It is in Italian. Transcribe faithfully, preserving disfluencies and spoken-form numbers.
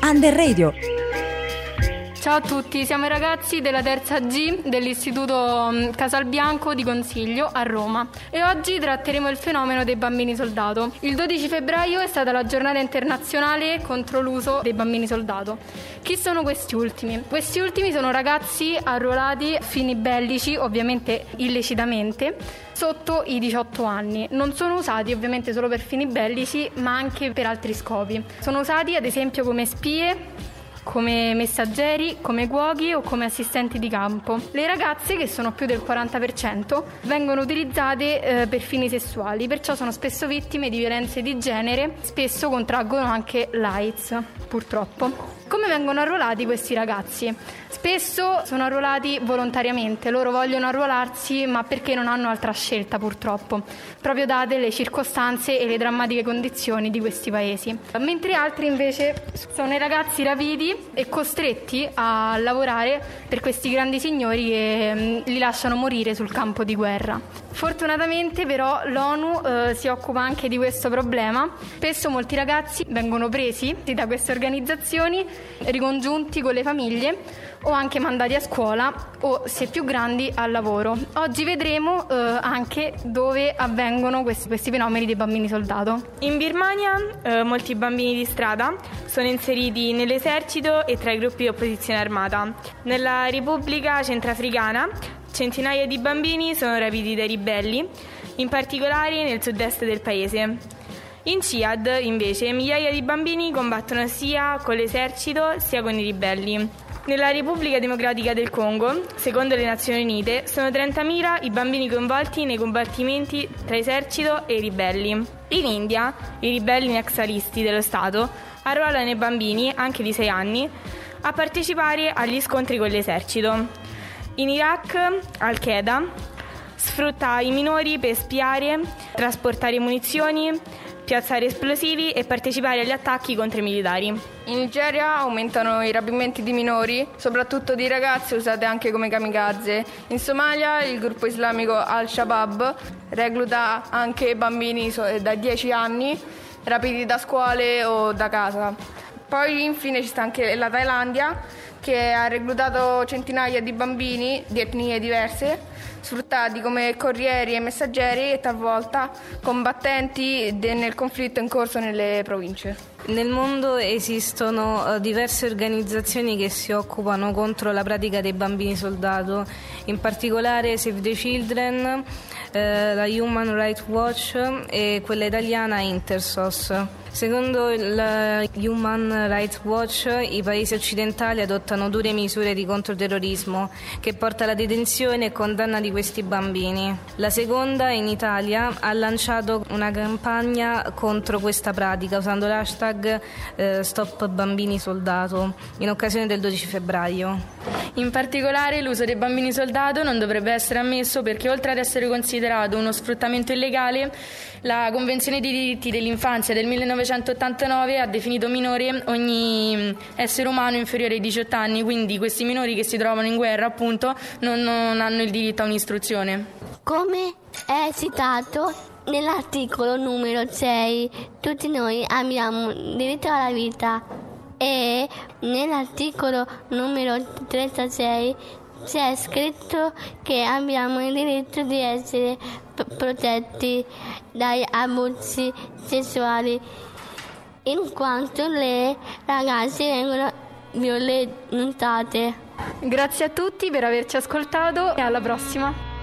Under Radio. Ciao a tutti, siamo i ragazzi della terza G dell'Istituto Casalbianco di Consiglio a Roma e oggi tratteremo il fenomeno dei bambini soldato. Il dodici febbraio è stata la giornata internazionale contro l'uso dei bambini soldato. Chi sono questi ultimi? Questi ultimi sono ragazzi arruolati a fini bellici, ovviamente illecitamente, sotto i diciotto anni. Non sono usati ovviamente solo per fini bellici, ma anche per altri scopi. Sono usati ad esempio come spie, come messaggeri, come cuochi o come assistenti di campo. Le ragazze, che sono più del quaranta per cento, vengono utilizzate eh, per fini sessuali, perciò sono spesso vittime di violenze di genere, spesso contraggono anche l'AIDS, purtroppo. Come vengono arruolati questi ragazzi? Spesso sono arruolati volontariamente, loro vogliono arruolarsi ma perché non hanno altra scelta purtroppo, proprio date le circostanze e le drammatiche condizioni di questi paesi. Mentre altri invece sono i ragazzi rapiti e costretti a lavorare per questi grandi signori che mh, li lasciano morire sul campo di guerra. Fortunatamente però l'ONU eh, si occupa anche di questo problema. Spesso molti ragazzi vengono presi da queste organizzazioni, ricongiunti con le famiglie o anche mandati a scuola o, se più grandi, al lavoro. Oggi vedremo eh, anche dove avvengono questi, questi fenomeni dei bambini soldato. In Birmania eh, molti bambini di strada sono inseriti nell'esercito e tra i gruppi di opposizione armata. Nella Repubblica Centrafricana centinaia di bambini sono rapiti dai ribelli, in particolare nel sud-est del paese. In Ciad, invece, migliaia di bambini combattono sia con l'esercito sia con i ribelli. Nella Repubblica Democratica del Congo, secondo le Nazioni Unite, sono trentamila i bambini coinvolti nei combattimenti tra esercito e ribelli. In India, i ribelli naxalisti dello Stato arruolano i bambini, anche di sei anni, a partecipare agli scontri con l'esercito. In Iraq, Al-Qaeda sfrutta i minori per spiare, trasportare munizioni, piazzare esplosivi e partecipare agli attacchi contro i militari. In Nigeria aumentano i rapimenti di minori, soprattutto di ragazze usate anche come kamikaze. In Somalia il gruppo islamico Al-Shabaab recluta anche bambini da dieci anni, rapiti da scuole o da casa. Poi infine ci sta anche la Thailandia, che ha reclutato centinaia di bambini di etnie diverse, sfruttati come corrieri e messaggeri e talvolta combattenti nel conflitto in corso nelle province. Nel mondo esistono diverse organizzazioni che si occupano contro la pratica dei bambini soldato, in particolare Save the Children, eh, la Human Rights Watch e quella italiana Intersos. Secondo il Human Rights Watch, i paesi occidentali adottano dure misure di controterrorismo che porta alla detenzione e condanna di questi bambini. La seconda, in Italia, ha lanciato una campagna contro questa pratica usando l'hashtag eh, Stop Bambini Soldato in occasione del dodici febbraio. In particolare l'uso dei bambini soldato non dovrebbe essere ammesso perché, oltre ad essere considerato uno sfruttamento illegale, la Convenzione dei diritti dell'infanzia del millenovecentottantanove ha definito minore ogni essere umano inferiore ai diciotto anni, quindi questi minori che si trovano in guerra appunto non, non hanno il diritto a un'istruzione. Come è citato nell'articolo numero sei, tutti noi abbiamo diritto alla vita, e nell'articolo numero trentasei c'è scritto che abbiamo il diritto di essere p- protetti dai abusi sessuali, in quanto le ragazze vengono violentate. Grazie a tutti per averci ascoltato e alla prossima.